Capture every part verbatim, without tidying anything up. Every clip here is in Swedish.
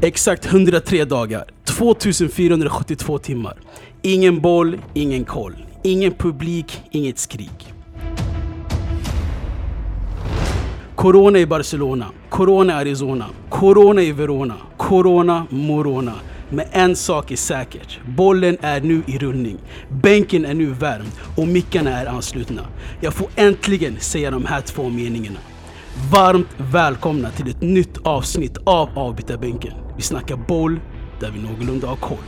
Exakt hundratre dagar, tvåtusenfyrahundrasjuttiotvå timmar. Ingen boll, ingen koll. Ingen publik, inget skrik. Corona i Barcelona, Corona i Arizona, Corona i Verona, Corona, Morona. Men en sak är säkert, bollen är nu i rullning, bänken är nu värmd och mickarna är anslutna. Jag får äntligen säga de här två meningarna. Varmt välkomna till ett nytt avsnitt av Avbytarbänken. Vi snackar boll där vi någorlunda har koll.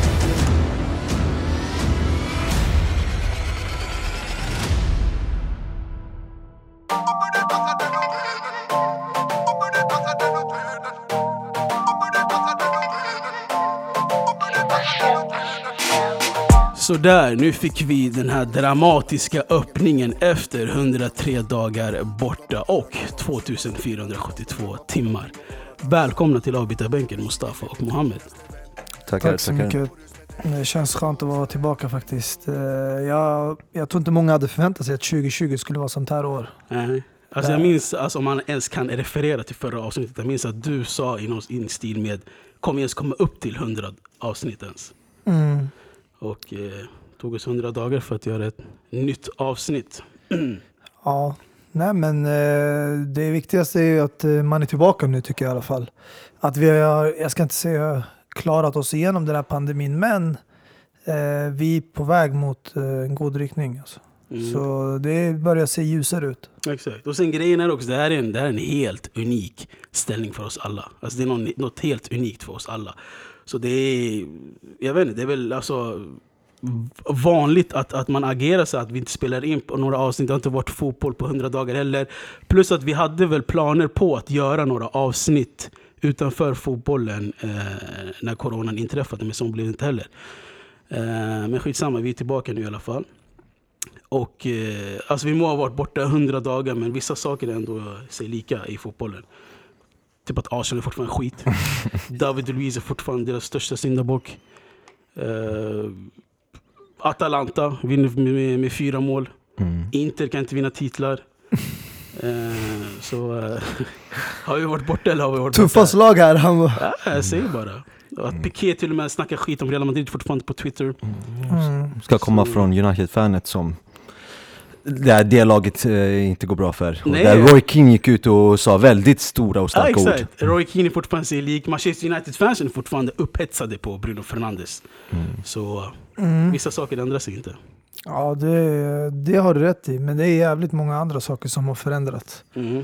Så där, nu fick vi den här dramatiska öppningen efter hundratre dagar borta och tvåtusenfyrahundrasjuttiotvå timmar. Välkomna till Avbytarbänken, Mustafa och Mohammed. Tackar, Tack så tackar. mycket. Det känns skönt att vara tillbaka faktiskt. Jag, jag tror inte många hade förväntat sig att tjugo tjugo skulle vara sånt här år. Nej. Alltså jag minns, alltså om man ens kan referera till förra avsnittet, jag minns att du sa i någon stil med kommer ens komma upp till hundra avsnitt ens. Mm. Och eh, tog oss hundra dagar för att göra ett nytt avsnitt. Ja, nej men eh, det viktigaste är ju att eh, man är tillbaka nu tycker jag i alla fall. Att vi har, jag ska inte säga klarat oss igenom den här pandemin, men eh, vi är på väg mot eh, en god riktning. Alltså. Mm. Så det börjar se ljusare ut. Exakt. Och sen grejen är också, det här är en, det här är en helt unik ställning för oss alla. Alltså det är något, något helt unikt för oss alla. Så det är, jag vet inte, det är väl alltså vanligt att, att man agerar så att vi inte spelar in på några avsnitt. Det har inte varit fotboll på hundra dagar heller. Plus att vi hade väl planer på att göra några avsnitt utanför fotbollen eh, när coronan inträffade, men som blev inte heller. Eh, men skitsamma, vi är tillbaka nu i alla fall. Och eh, alltså vi må ha varit borta hundra dagar, men vissa saker är ändå sig lika i fotbollen. Typ att Arsenal är fortfarande skit. David Luiz är fortfarande deras största syndabock. Uh, Atalanta vinner med, med, med fyra mål. Mm. Inter kan inte vinna titlar. Uh, så uh, har vi varit borta eller har vi varit Tuffast lag här. Han... Ja, jag säger bara. Att Piqué till och med snackar skit om Real Madrid fortfarande på Twitter. Mm. Ska komma så... från United-fanet som där det laget eh, inte går bra för. Och där Roy Keane gick ut och sa väldigt stora och starka ja, ord. Roy Keane är fortfarande sig lik. Manchester United-fansen är fortfarande upphetsade på Bruno Fernandes. Mm. Så mm. vissa saker ändrar sig inte. Ja, det, det har du rätt i. Men det är jävligt många andra saker som har förändrats. Mm.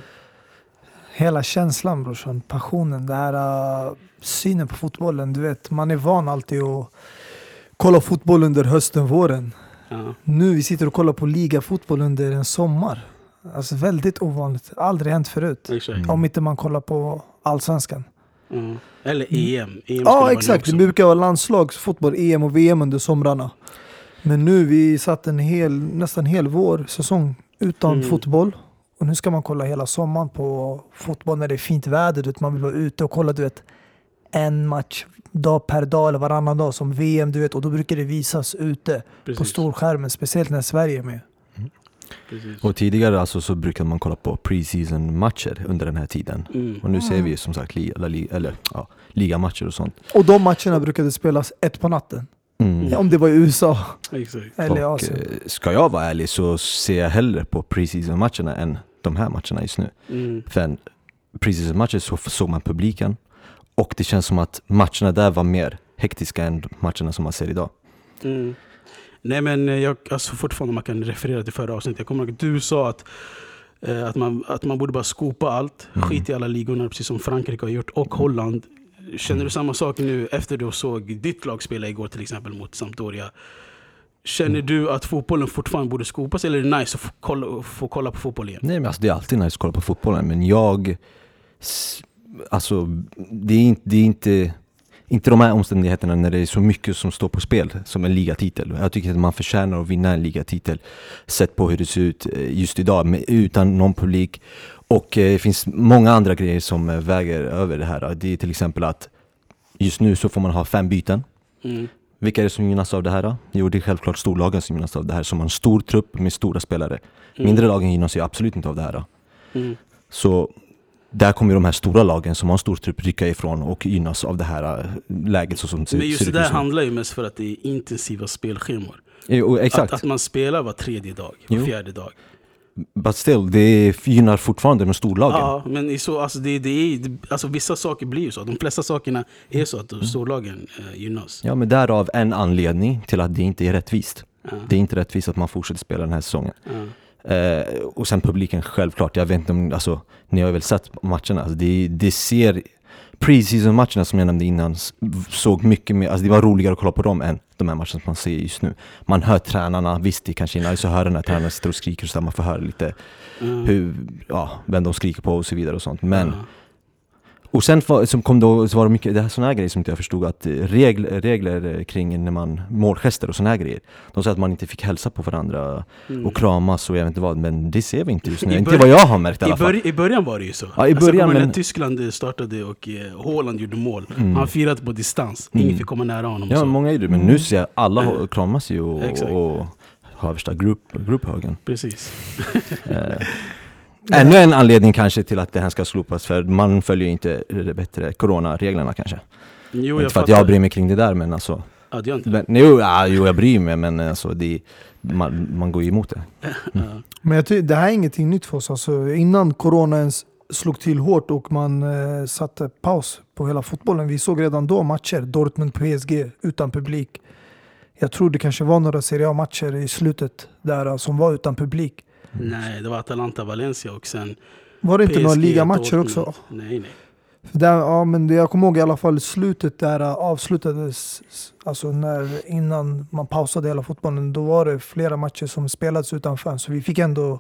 Hela känslan, brorsan. Passionen. Det här uh, synen på fotbollen. Du vet, man är van alltid att kolla fotboll under hösten, våren. Ja. Nu vi sitter och kollar på ligafotboll under en sommar. Alltså väldigt ovanligt. Aldrig hänt förut. Mm. Om inte man kollar på allsvenskan. Mm. Eller E M. E M ja, exakt. Det brukar vara landslagsfotboll, E M och V M under somrarna. Men nu vi satt en hel, nästan hel vår säsong utan mm. fotboll. Och nu ska man kolla hela sommaren på fotboll när det är fint väder. Du, man vill vara ute och kolla, du vet, en match dag per dag eller varannan dag som V M, du vet, och då brukar det visas ute. Precis. På storskärmen, speciellt när Sverige är med. Mm. Och tidigare alltså, så brukade man kolla på preseason matcher under den här tiden. Mm. Och nu mm. ser vi som sagt li, eller, eller, ja, ligamatcher och sånt. Och de matcherna brukade spelas ett på natten. Mm. Ja, om det var i U S A. Exakt. Eller i och, Asien. Ska jag vara ärlig så ser jag hellre på preseason matcherna än de här matcherna just nu. Mm. För preseason matcher så såg man publiken. Och det känns som att matcherna där var mer hektiska än matcherna som man ser idag. Mm. Nej, men jag, alltså fortfarande man kan referera till förra avsnittet. Jag kommer ihåg att du sa att, eh, att, man, att man borde bara skopa allt. Mm. Skit i alla ligorna, precis som Frankrike har gjort. Och Holland. Känner mm. du samma sak nu efter du såg ditt lag spela igår till exempel mot Sampdoria? Känner mm. du att fotbollen fortfarande borde skopas, eller är det nice att få kolla, få kolla på fotboll igen? Nej, men alltså, det är alltid nice att kolla på fotbollen. Men jag... Alltså, det är inte, det är inte, inte de här omständigheterna när det är så mycket som står på spel som en ligatitel. Jag tycker att man förtjänar att vinna en ligatitel sett på hur det ser ut just idag med, utan någon publik. Och eh, det finns många andra grejer som eh, väger över det här. Det är till exempel att just nu så får man ha fem byten. Mm. Vilka är det som gynnas av det här då? Jo, det är självklart storlagen som gynnas av det här, som har en stor trupp med stora spelare. Mm. Mindre lagen gynnas ju absolut inte av det här då. Mm. Så där kommer ju de här stora lagen som har en stor trupp rycka ifrån och gynnas av det här läget så som ser, Men just ser det där ut. handlar ju mest för att det är intensiva spelschemor. Jo, exakt. Att, att man spelar var tredje dag, var Jo. fjärde dag. But still, det gynnar fortfarande de storlagen. Ja, men i så, alltså, det, det är, det, alltså, vissa saker blir ju så. De flesta sakerna är så att de storlagen eh, gynnas. Ja, men därav en anledning till att det inte är rättvist. Ja. Det är inte rättvist att man fortsätter spela den här säsongen. Ja. Eh, och sen publiken självklart, jag vet inte om, alltså, ni har väl sett matcherna, alltså, det, det ser, preseason-matcherna som jag nämnde innan såg mycket mer, alltså det var roligare att kolla på dem än de här matcherna som man ser just nu. Man hör tränarna, visst det kanske är nice att höra när tränarna sitter och skriker så där man får höra lite Mm. hur, ja, vem de skriker på och så vidare och sånt, men Ja. och sen var, som kom då, så var det mycket det här såna här grejer som inte jag förstod, att regl, regler kring när man målgester och såna här grejer. De sa att man inte fick hälsa på varandra Mm. och kramas och jag vet inte vad, men det ser vi inte just nu. I Inte början- vad jag har märkt i alla I, fall. bör, I början var det ju så. Ja, i Alltså, början, jag kommer ihåg men- när Tyskland startade och eh, Haaland gjorde mål. Mm. Han firade på distans. Mm. Ingen fick komma nära honom. Ja, så. många gjorde det, men nu ser jag alla mm. kramas ju och, Exakt. och har värsta grupp, grupphögen. Precis. Eh, ännu en anledning kanske till att det här ska slopas, för man följer ju inte det bättre coronareglerna kanske. Jo, Inte jag för att fattar. jag bryr mig kring det där, men alltså Ja, det gör inte. men, jo, ja, jo, jag bryr mig, men alltså det, man, man går ju emot det. Ja. Men jag tycker, det här är ingenting nytt för oss. Alltså, innan corona ens slog till hårt och man eh, satte paus på hela fotbollen. Vi såg redan då matcher, Dortmund P S G utan publik. Jag tror det kanske var några Serie A-matcher i slutet där eh, som var utan publik. Nej, det var Atalanta, Valencia och sen Var det inte P S G, några ligamatcher Dortmund. också? Nej, nej. För där, ja, men det, jag kommer ihåg i alla fall slutet där eh, avslutades, alltså när, innan man pausade hela fotbollen, då var det flera matcher som spelades utan fans. Så vi fick ändå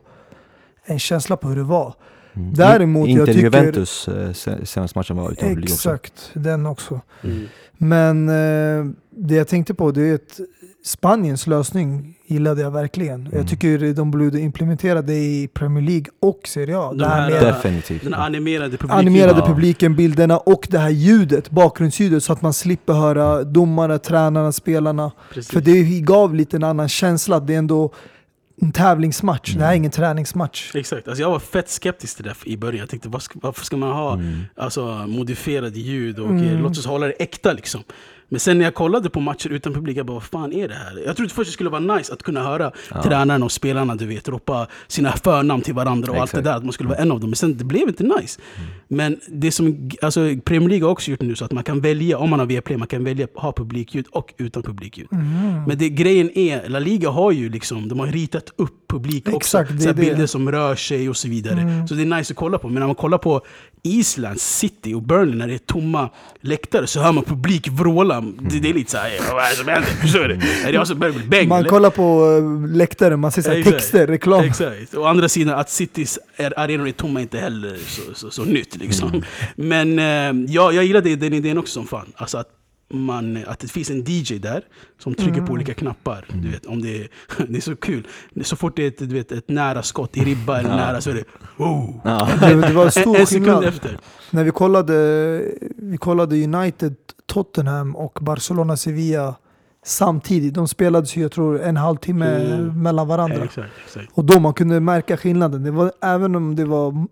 en känsla på hur det var. Mm. Däremot, Inter jag tycker... Juventus eh, se- senaste matchen var utan publik också. Exakt, den också. Mm. Men eh, det jag tänkte på, det är att Spaniens lösning gillade jag verkligen. Mm. Jag tycker de borde implementera det i Premier League och Serie A. De Det här här- med Definitivt. Den animerade publiken. animerade Ja. publiken, bilderna och det här ljudet, bakgrundsljudet, så att man slipper höra domare, tränarna, spelarna. Precis. För det gav lite en annan känsla. Det är ändå en tävlingsmatch. Mm. Det här är ingen träningsmatch. Exakt. Alltså jag var fett skeptisk till det i början. Jag tänkte, vad ska, varför ska man ha Mm. alltså, modifierade ljud och Mm. eh, låt oss hålla det äkta liksom. Men sen när jag kollade på matcher utan publik, jag bara, vad fan är det här? Jag trodde först det skulle vara nice att kunna höra Ja. tränarna och spelarna, du vet, ropa sina förnamn till varandra och allt Exakt. det där, att man skulle vara en av dem. Men sen det blev inte nice. Men det som, alltså Premier League har också gjort nu så att man kan välja, om man har Viaplay, man kan välja att ha publikljud och utan publikljud. Mm. Men det, grejen är, La Liga har ju liksom, de har ritat upp publik också. Exakt, det är så här det. bilder som rör sig och så vidare. Mm. Så det är nice att kolla på. Men när man kollar på Island, City och Burnley när det är tomma läktare så hör man publik vråla. Det, det är lite såhär, vad är det som händer? Förstår du? Är det jag som börjar bli bäng? Man eller? kollar på uh, läktaren, man ser så här Exakt. texter, reklam. Exakt. Och å andra sidan att Citys är- arenor är tomma inte heller så, så, så nytt liksom. Mm. Men eh, ja, jag gillar det, den idén också som fan. Alltså att, man, att det finns en D J där som trycker Mm. på olika knappar. Du vet, om det, är, det är så kul. Så fort det är ett, du vet, ett nära skott i ribba eller Ja. nära så är det wow. Ja. Det, det var En, stor en sekund skillnad. efter. När vi kollade, vi kollade United, Tottenham och Barcelona, Sevilla samtidigt. De spelades ju, jag tror, en halvtimme Mm. mellan varandra. Ja, exakt, exakt. Och då man kunde märka skillnaden. Det var, även om det var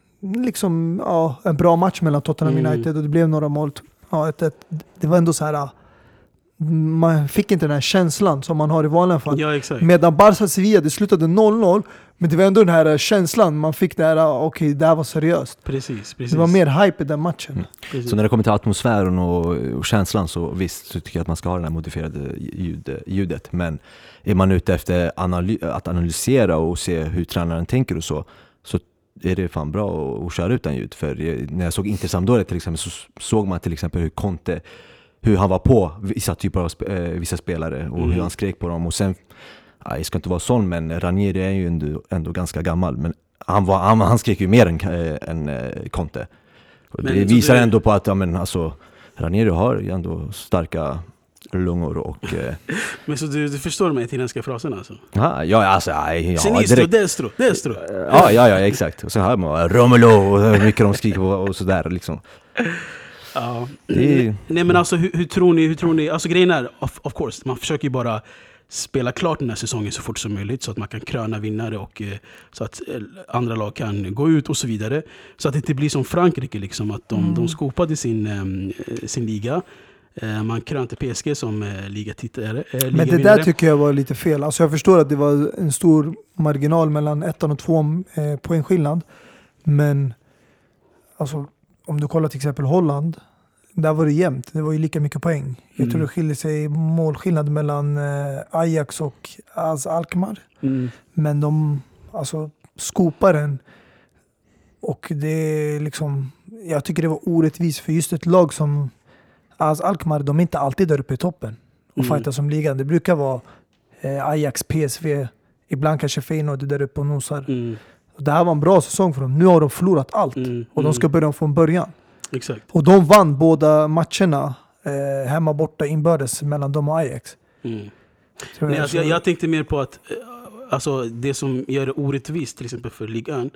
liksom, ja, en bra match mellan Tottenham och Mm. United och det blev några mål. Ja, ett, ett, det var ändå så här, man fick inte den här känslan som man har i vanliga fall. Ja, exakt. Medan Barca Sevilla, det slutade noll noll, men det var ändå den här känslan man fick där, okej, okay, det här var seriöst. Precis, precis. Det var mer hype i den matchen. Mm. Precis. Så när det kommer till atmosfären och, och känslan så visst så tycker jag att man ska ha det här modifierade ljud, ljudet. Men är man ute efter analy- att analysera och se hur tränaren tänker och så, så är det fan bra att, att köra utan ljud. För jag, när jag såg Inter Sampdoria till exempel så såg man till exempel hur Conte, hur han var på vissa typer av sp- äh, vissa spelare och Mm. hur han skrek på dem. Och sen, ja, jag ska inte vara sån, men Ranieri är ju ändå, ändå ganska gammal. Men han, var, han, han skrek ju mer än, äh, än äh, Conte. Och Men det så visar det- ändå på att ja, men, alltså, Ranieri har ju ändå starka lungor och... Eh, Men så du, du förstår de italienska fraserna alltså? ja, ja, alltså, ja, ja, Sinistro, direkt. destro, destro. Ja, ja, ja, exakt. Och så hör man Romelu och hur mycket de skriker på och sådär liksom. Ja. Det är- Nej men alltså hur, hur tror ni, hur tror ni, alltså grejen är, of, of course, man försöker ju bara spela klart den här säsongen så fort som möjligt så att man kan kröna vinnare och eh, så att eh, andra lag kan gå ut och så vidare. Så att det inte blir som Frankrike liksom, att de, mm. de skopade sin, eh, sin liga. Eh, man krönte P S G som eh, ligatittare. Eh, Men det där tycker jag var lite fel. Alltså jag förstår att det var en stor marginal mellan ettan och tvåan eh, poängskillnad. Men alltså, om du kollar till exempel Holland, där var det jämnt. Det var ju lika mycket poäng. Jag Mm. tror det skiljer sig målskillnad mellan eh, Ajax och AZ Alkmaar. Mm. Men de alltså, skopar den. Och det är liksom, jag tycker det var orättvist för just ett lag som AZ Alkmaar, de är inte alltid där uppe i toppen och Mm. fightar som ligan. Det brukar vara eh, Ajax, P S V, ibland kanske Feyenoord där uppe och nosar. Mm. Och det här var en bra säsong för dem. Nu har de förlorat allt. Mm. Och de ska börja från början. Exakt. Och de vann båda matcherna eh, hemma borta inbördes mellan dem och Ajax. Mm. Tror Nej, jag. alltså, jag, jag tänkte mer på att eh, alltså, det som gör det orättvist till exempel för ligan,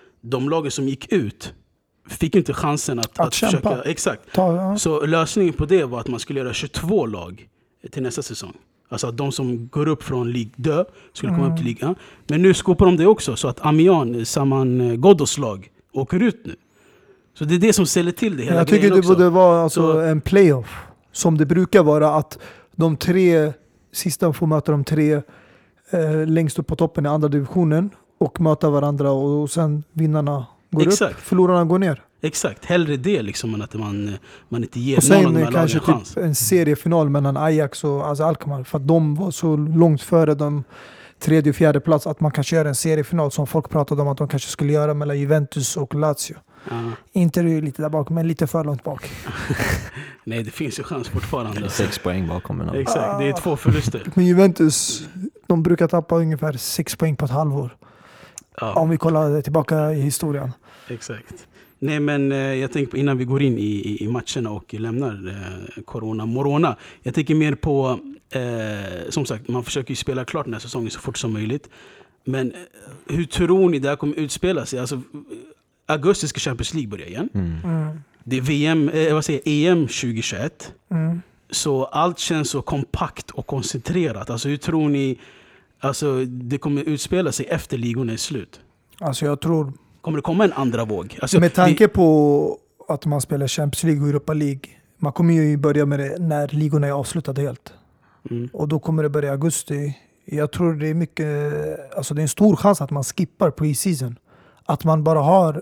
de lagen som gick ut fick inte chansen att, Att att kämpa. försöka. Exakt. Ta, ja. Så lösningen på det var att man skulle göra tjugotvå lag till nästa säsong. Alltså att de som går upp från Ligue deux skulle komma Mm. upp till ligan. Men nu skopar de det också så att Amiens, Saman Ghoddos lag, åker ut nu. Så det är det som ställer till det hela Jag tycker grejen det också. borde vara alltså Så- en playoff. Som det brukar vara, att de tre sista får möta de tre eh, längst upp på toppen i andra divisionen och möta varandra, och, och sen vinnarna går Exakt. upp, förlorarna går ner. Exakt, hellre det liksom än att man, man inte ger Och någon av sen de här kanske lagen en chans. typ en seriefinal mellan Ajax och AZ Alkmaar, för att de var så långt före de tredje och fjärde plats att man kanske gör en seriefinal som folk pratade om att de kanske skulle göra mellan Juventus och Lazio. Ja. Inte det lite där bak, men lite för långt bak. Nej, det finns ju chans fortfarande. Sex poäng bakom. Men Exakt, det är två förluster. Men Juventus, de brukar tappa ungefär sex poäng på ett halvår. Ja. Om vi kollar tillbaka i historien. Exakt. Nej, men eh, jag tänker på innan vi går in i, i, i matcherna och lämnar eh, Corona Morona. Jag tänker mer på, eh, som sagt, man försöker ju spela klart den här säsongen så fort som möjligt. Men eh, hur tror ni det här kommer utspela sig? Alltså, augusti ska Champions League börja igen. Mm. Mm. Det är V M, eh, vad säger, E M tjugohundratjugoett. Mm. Så allt känns så kompakt och koncentrerat. Alltså hur tror ni alltså, det kommer utspela sig efter ligorna är slut? Alltså jag tror, Kommer det komma en andra våg? Alltså, med tanke det, på att man spelar Champions League och Europa League, man kommer ju börja med det när ligorna är avslutade helt. mm, Och då kommer det börja i augusti. Jag tror det är mycket, alltså det är en stor chans att man skippar pre-season. Att man bara har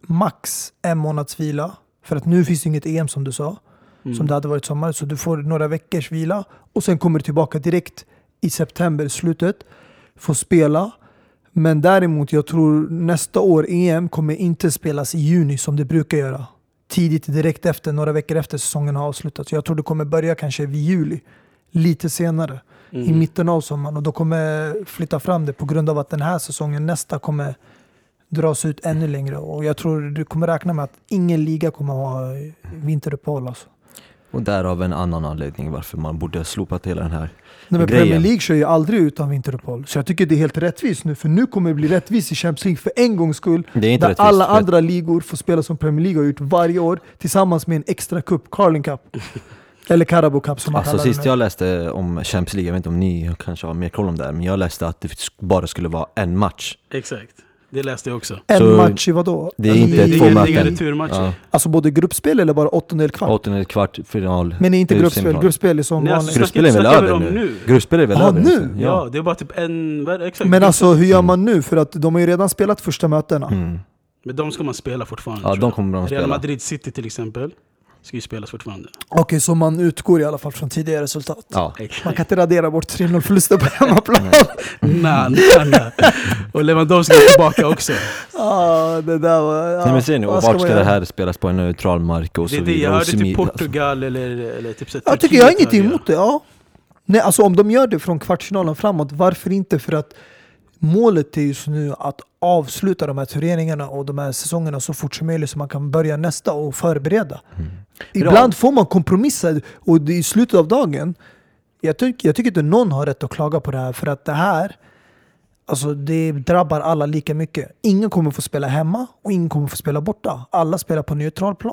max en månads vila. För att nu finns det inget E M som du sa. mm, Som det hade varit sommar. Så du får några veckors vila. Och sen kommer du tillbaka direkt i september, slutet. Får spela. Men däremot, jag tror nästa år E M kommer inte spelas i juni som det brukar göra. Tidigt, direkt efter, några veckor efter säsongen har avslutats. Så jag tror det kommer börja kanske vid juli. Lite senare. mm. I mitten av sommaren. Och då kommer jag flytta fram det på grund av att den här säsongen, nästa, kommer dras ut ännu längre. Och jag tror du kommer räkna med att ingen liga kommer ha vinteruppehåll. Alltså. Och därav en annan anledning varför man borde ha slopat hela den här Nej, men grejen. Premier League kör ju aldrig utan vinteruppehåll. Så jag tycker det är helt rättvist nu. För nu kommer det bli rättvist i Champions League för en gångs skull. Det är inte Där rättvist, alla för att- andra ligor får spela som Premier League har gjort varje år. Tillsammans med en extra cup, Carling Cup. Eller Carabao Cup som man Alltså kallar sist den. jag läste om Champions League, jag vet inte om ni kanske har mer koll om det här, men jag läste att det bara skulle vara en match. Exakt, det läste jag också. En Så match i vadå? det är Alltså, inte det, ett det, två är inga möten. returmatcher. Ja. Alltså både gruppspel eller bara åttondel kvart? Åttondel, kvart, final. Men inte det är gruppspel. semifinal. Gruppspel är som Nej, vanligt. alltså, Gruppspel är väl snackar vi över om nu? nu? Gruppspel är väl Ja, över? nu? Ja, det är bara typ en... vad är det? Exakt. Men alltså hur gör man nu? För att de har ju redan spelat första mötena. Mm. Men de ska man spela fortfarande. Ja, tror de jag. kommer de Real spela. Madrid City till exempel ska ju spelas fortfarande. Okej, så man utgår i alla fall från tidigare resultat. Ja. Man kan inte radera bort tre noll förluster på hemmaplan. Nej, nej, nej. Och Lewandowski är tillbaka också. Ah, det där var... Ja. Nej men ser ni, och Vad vart man ska det göra? här spelas på en neutral mark och Det så är det, jag vidare? hörde Och typ semi- Portugal eller, eller typ så här Jag tycker Turkiet jag har ingenting hörde jag. emot det. Ja. Nej, alltså om de gör det från kvartsfinalen framåt, varför inte? För att målet är just nu att avsluta de här turneringarna och de här säsongerna så fort som möjligt så man kan börja nästa och förbereda. Mm. Ibland får man kompromissa och det är i slutet av dagen. Jag, tycker, jag tycker inte någon har rätt att klaga på det här, för att det här, alltså det drabbar alla lika mycket. Ingen kommer få spela hemma och ingen kommer få spela borta. Alla spelar på neutral plan.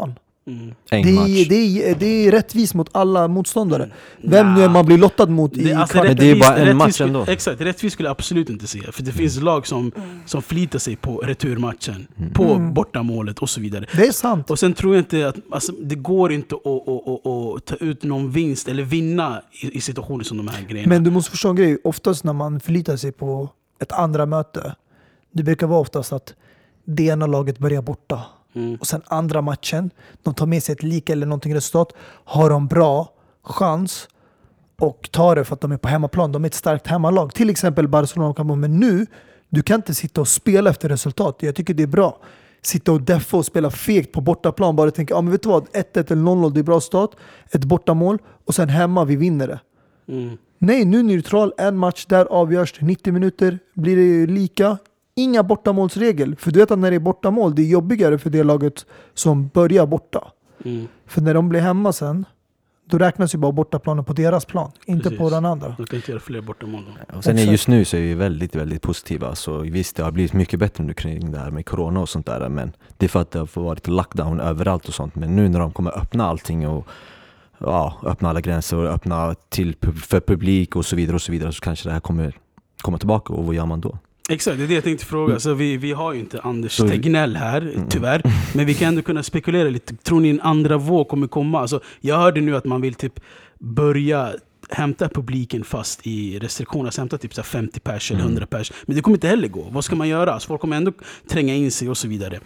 Mm. En Det match. är, det, är, det är rättvist mot alla motståndare. Mm. Vem Nah. nu är man blir lottad mot Det, i alltså, kvart. Men det är rättvist- bara en rättvist match skulle- ändå. Exakt, rättvist skulle jag absolut inte säga. För det finns lag som, som flitar sig på returmatchen, Mm. på Mm. bortamålet och så vidare. Det är sant. Och sen tror jag inte att alltså, det går inte att, att, att, att ta ut någon vinst eller vinna i, i situationer som de här grejerna. Men du måste förstå en grej. Oftast när man förlitar sig på ett andra möte, det brukar vara oftast att det ena laget börjar borta. Mm. Och sen andra matchen, de tar med sig ett lika eller någonting resultat, har de bra chans och tar det för att de är på hemmaplan. De är ett starkt hemmalag. Till exempel Barcelona och Camon. Men nu, du kan inte sitta och spela efter resultat. Jag tycker det är bra. Sitta och deffa och spela fegt på bortaplan. Bara tänka, ja men vet du vad? ett ett eller noll noll, det är bra start. Ett bortamål. Och sen hemma, vi vinner det. Mm. Nej, nu neutral. En match, där avgörs det. nittio minuter blir det lika. Inga bortamålsregel. För du vet att när det är bortamål, det är jobbigare för det laget som börjar borta. Mm. För när de blir hemma sen, då räknas ju bara bortaplanen på deras plan. Inte Precis. på den andra. De kan inte göra fler bortamål då. Och sen är Exakt. just nu så är vi väldigt, väldigt positiva. Så visst, det har blivit mycket bättre nu kring det här med corona och sånt där. Men det är för att det har varit lockdown överallt och sånt. Men nu när de kommer öppna allting och ja, öppna alla gränser och öppna till pub- för publik och så vidare och så vidare, så kanske det här kommer komma tillbaka. Och vad gör man då? Exakt, det är det jag tänkte fråga. Så vi, vi har ju inte Anders Så- Tegnell här, tyvärr. Men vi kan ändå kunna spekulera lite. Tror ni en andra våg kommer komma? Alltså, jag hörde nu att man vill typ börja hämta publiken fast i restriktioner. Alltså hämta typ så här femtio pers eller hundra pers. Men det kommer inte heller gå. Vad ska man göra? Alltså, folk kommer ändå tränga in sig och så vidare.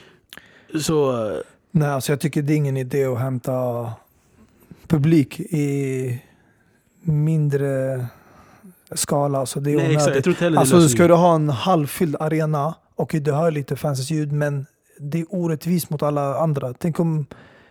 Så... eh, Nej, alltså jag tycker det är ingen idé att hämta publik i mindre skala. Alltså det är Nej, exakt. Jag onödigt. tror inte heller det Alltså löser ska inget. du ha en halvfylld arena och du hör lite fansens ljud, men det är orättvist mot alla andra. Tänk om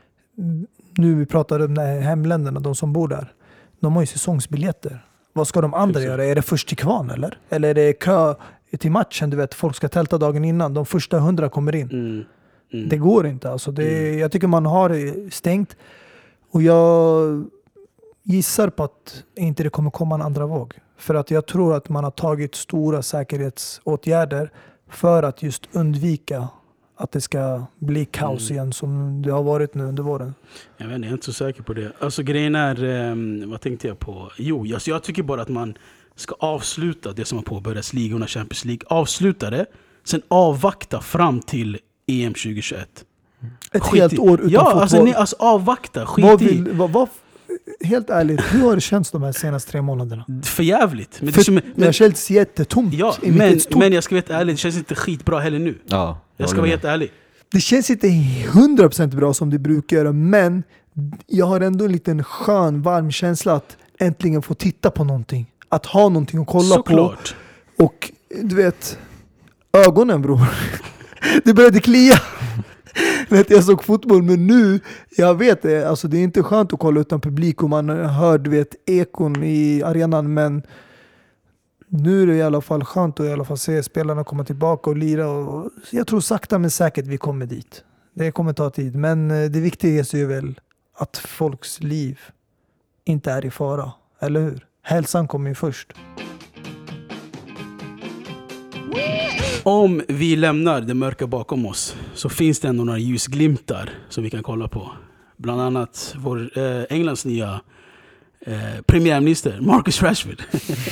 nu vi pratar om de här hemländerna, de som bor där. De har ju säsongsbiljetter. Vad ska de andra Exakt. göra? Är det först till kvarn eller? Eller är det kö till matchen? Du vet, folk ska tälta dagen innan. De första hundra kommer in. Mm. Mm. Det går inte. Alltså det, jag tycker man har det stängt. Och jag gissar på att inte det kommer komma en andra våg. För att jag tror att man har tagit stora säkerhetsåtgärder för att just undvika att det ska bli kaos Mm. igen som det har varit nu under våren. Jag vet inte, jag är inte så säker på det. Alltså grejen är, eh, vad tänkte jag på? Jo, alltså, jag tycker bara att man ska avsluta det som har påbörjats, ligorna, Champions League. Avsluta det, sen avvakta fram till E M tjugohundratjugoett. Ett Skit helt i- år utan Ja, fotboll. alltså, nej, alltså avvakta, skit vad i. vill, vad, vad, helt ärligt, hur har det känts de här senaste tre månaderna? För jävligt. Men, det, För som, det men, har känts jättetomt. ja, i mitt men, ett stort. men jag ska vara helt ärlig, det känns inte skitbra heller nu. Ja, Jag ska vara helt ärlig. Det känns inte hundra procent bra som det brukar göra, men jag har ändå en liten skön, varm känsla att äntligen få titta på någonting. Att ha någonting att kolla Såklart. på. Och du vet, ögonen bror. Det började klia. Vet, jag såg fotboll, men nu, jag vet det, alltså det är inte skönt att kolla utan publik och man hör, du vet, ekon i arenan, men nu är det i alla fall skönt att i alla fall se spelarna komma tillbaka och lira. Och jag tror sakta men säkert vi kommer dit. Det kommer ta tid, men eh, det viktigaste är väl att folks liv inte är i fara, eller hur? Hälsan kommer ju först. Om vi lämnar det mörka bakom oss så finns det ändå några ljusglimtar som vi kan kolla på. Bland annat vår eh, Englands nya eh, premiärminister Marcus Rashford.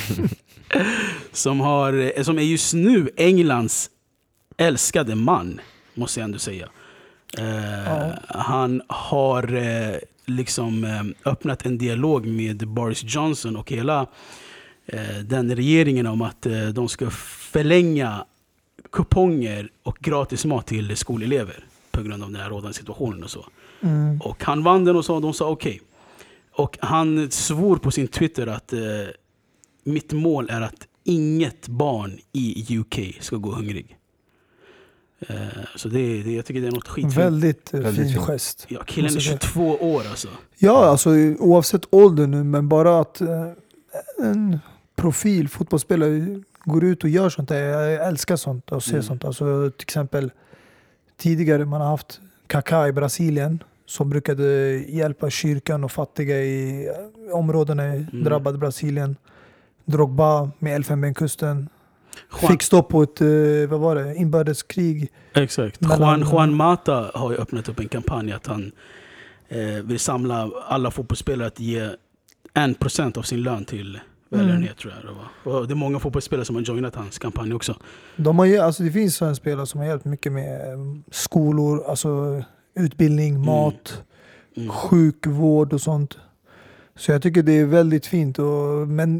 som, har, eh, som är just nu Englands älskade man, måste jag ändå säga. Eh, Ja. Han har eh, liksom eh, öppnat en dialog med Boris Johnson och hela eh, den regeringen om att eh, de ska förlänga kuponger och gratis mat till skolelever på grund av den här rådande situationen och så. Mm. Och han vann den och så, de sa okej. Okay. Och han svor på sin Twitter att eh, mitt mål är att inget barn i U K ska gå hungrig. Eh, så det, det, jag tycker det är något skitfint. Väldigt, eh, Väldigt fin fint. gest. Ja, killen är tjugotvå år alltså. Ja, alltså oavsett ålder nu, men bara att eh, en profil fotbollsspelare går ut och gör sånt där. Jag älskar sånt och ser Mm. sånt. Alltså till exempel tidigare man har haft Kaká i Brasilien som brukade hjälpa kyrkan och fattiga i eh, områdena i Mm. drabbade Brasilien. Drogba med Elfenbenkusten. Juan, fick stå på ett, eh, vad var det, inbördeskrig. exakt. mellan- Juan, Juan Mata har ju öppnat upp en kampanj att han eh, vill samla alla fotbollsspelare att ge en procent av sin lön till välgörenhet, Mm. tror jag det var. Och det är många fotbollsspelare som har joinat hans kampanj också. De har ju, alltså det finns en spelare som har hjälpt mycket med eh, skolor, alltså utbildning, mat, Mm. sjukvård och sånt. Så jag tycker det är väldigt fint. Och, men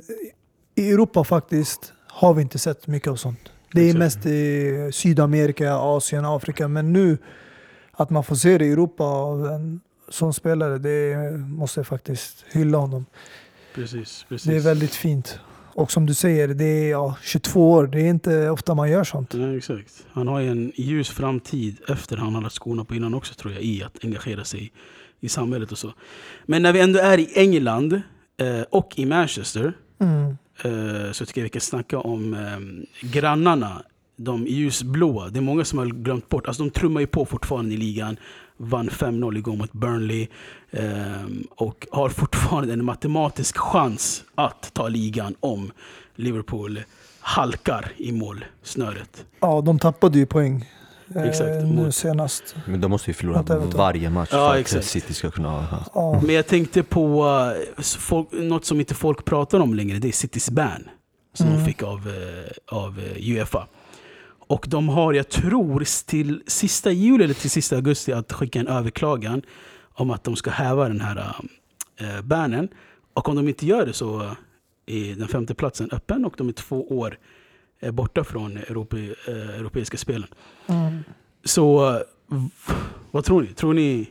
i Europa faktiskt har vi inte sett mycket av sånt. Det är Exakt. mest i Sydamerika, Asien, Afrika. Men nu att man får se det i Europa av en sån spelare, det måste jag faktiskt hylla honom. Precis, precis. Det är väldigt fint. Och som du säger, det är ja, tjugotvå år. Det är inte ofta man gör sånt. Ja, exakt. Han har ju en ljus framtid efter han har lagt skorna på innan också, tror jag, i att engagera sig i samhället och så. Men när vi ändå är i England eh, och i Manchester Mm. eh, så tycker jag vi kan snacka om eh, grannarna, de ljusblåa. Det är många som har glömt bort. Alltså de trummar ju på fortfarande i ligan. Vann fem noll igår mot Burnley eh, och har fortfarande en matematisk chans att ta ligan om Liverpool halkar i målsnöret. Ja, de tappade ju poäng eh, Exakt, nu mot- senast. Men de måste ju förlora Vänta, vänta. varje match Ja, för exakt. att City ska kunna ha... Ja. Men jag tänkte på uh, folk, något som inte folk pratar om längre. Det är Citys ban som Mm. de fick av, uh, av uh, UEFA. Och de har, jag tror, till sista juli eller till sista augusti att skicka en överklagan om att de ska häva den här uh, bannen. Och om de inte gör det så uh, är den femte platsen öppen och de är två år uh, borta från Europa, uh, europeiska spelen. Mm. Så uh, v- vad tror ni? Tror ni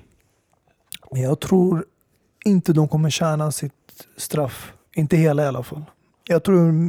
Men jag tror inte de kommer tjäna sitt straff. Inte hela i alla fall. Jag tror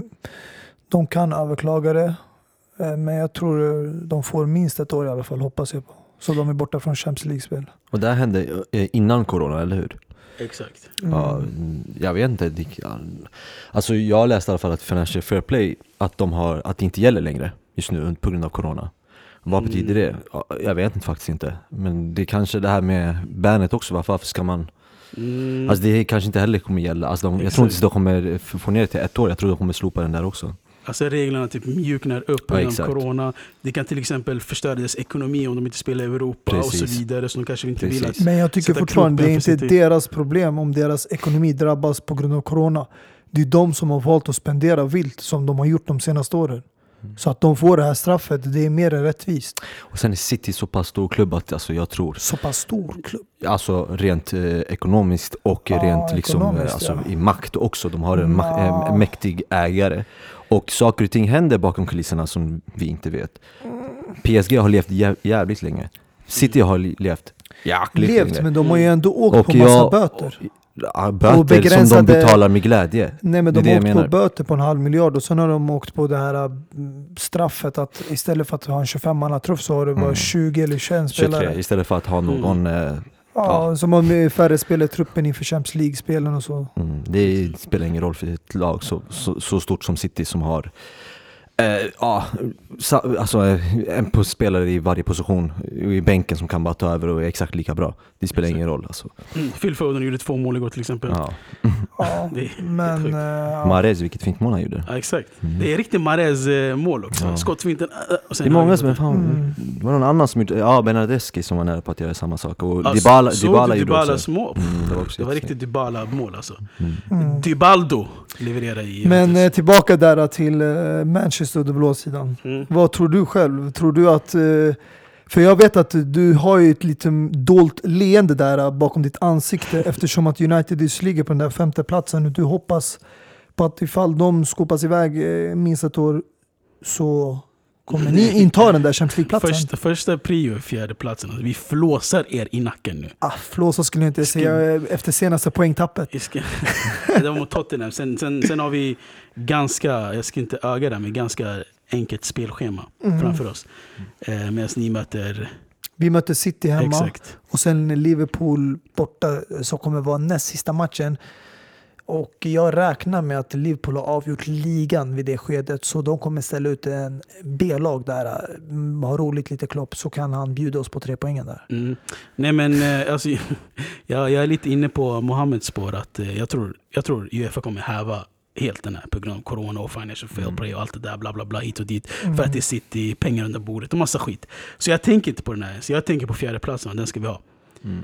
de kan överklaga det. eh, Men jag tror de får minst ett år i alla fall, hoppas jag på. Så de är borta från Champions League-spel. Och det här hände eh, innan corona, eller hur? exakt? Ja, jag vet inte. Det- ja, Alltså jag läste i alla fall att Financial Fair Play, att, de har, att det inte gäller längre just nu på grund av corona. Vad Mm. betyder det? Ja, jag vet inte faktiskt inte. Men det är kanske det här med bannet också. Varför, varför ska man... Mm. Alltså det kanske inte heller kommer gälla. Alltså de, jag Exakt. tror inte de kommer f- få ner det till ett år. Jag tror de kommer slopa den där också. Alltså reglerna typ mjuknar upp Ja, genom exakt. corona. Det kan till exempel förstöra deras ekonomi om de inte spelar i Europa Precis. och så vidare. Så de kanske inte vill Precis. att... Men jag tycker Sätta fortfarande det är krokben inte för City. deras problem om deras ekonomi drabbas på grund av corona. Det är de som har valt att spendera vilt som de har gjort de senaste åren. Så att de får det här straffet, det är mer än rättvist. Och sen är City så pass stor klubb att alltså, jag tror, Så pass stor klubb. alltså rent eh, ekonomiskt och Ja, rent liksom, eh, ekonomiskt, alltså, ja. i makt också. De har en, ma- Ja. en mäktig ägare. Och saker och ting händer bakom kulisserna som vi inte vet. P S G har levt jä- jävligt länge. City har li- levt jäkligt Levt, länge. men de har ju ändå åkt Och på massa jag- böter. Ja, och böter som begränsade- de betalar med glädje. Nej, men det är de det har jag åkt menar. på böter på en halv miljard och sen har de åkt på det här mm, straffet att istället för att ha en tjugofem-manna-trupp så har det bara Mm. tjugo eller tjugoen tjugotre, spelare. istället för att ha någon... eh, Ja, som har med färre spelare i truppen inför Champions League-spelen och så. Mm, det spelar ingen roll för ett lag så, så, så stort som City som har eh, ja, sa, alltså, eh, en pos- spelare i varje position i bänken som kan bara ta över och är exakt lika bra. Det spelar ingen roll. Alltså. Mm. Phil Foden gjorde två mål igår till exempel. Ja, Ja. Ja, Det är men... helt sjukt. eh, ja. Mahrez, vilket fint mål han gjorde. exakt. Mm. Det är riktigt Mahrez eh, mål också. Ja. Skottfinten. äh, och sen Det är många höger- som är fan, Mm. det var någon annan som gjorde, ja Bernardeschi som var nära på att göra samma sak och Ja, Dybala, såg Dybala du gjorde Dybalas också. mål? Mm, det var också Det var jättefint. riktigt Dybala-mål alltså. Mm. Mm. Dybaldo levererar i Men Juventus. eh, tillbaka där till eh, Manchester och den blå sidan. Mm. Vad tror du själv? Tror du att... Eh, för jag vet att du har ju ett lite dolt leende där eh, bakom ditt ansikte eftersom att United just ligger på den där femte platsen och du hoppas på att ifall de skopas iväg eh, minst ett år så kommer ni inta den där Champions League-platsen. Första, första prio är fjärde platsen. Alltså, vi flåsar er i nacken nu. Ah, flåsa skulle jag inte säga eh, efter senaste poängtappet. Vi ska- det var mot Tottenham. Sen, sen, sen har vi ganska, jag ska inte öga det, men ganska enkelt spelschema Mm. framför oss. Eh, medan ni möter... Vi möter City hemma Exakt. och sen Liverpool borta så kommer vara näst sista matchen. Och jag räknar med att Liverpool har avgjort ligan vid det skedet så de kommer ställa ut en B-lag där. Mm, ha roligt lite Klopp så kan han bjuda oss på tre poängen där. Mm. Nej men eh, alltså, jag, jag är lite inne på Mohammeds spår att eh, jag tror, jag tror UEFA kommer häva helt den här på grund av corona och financial fair play och allt det där bla bla bla hit och dit Mm. för att det sitter pengar under bordet och massa skit. Så jag tänker inte på den här. Så jag tänker på fjärde platsen, den ska vi ha. Mm.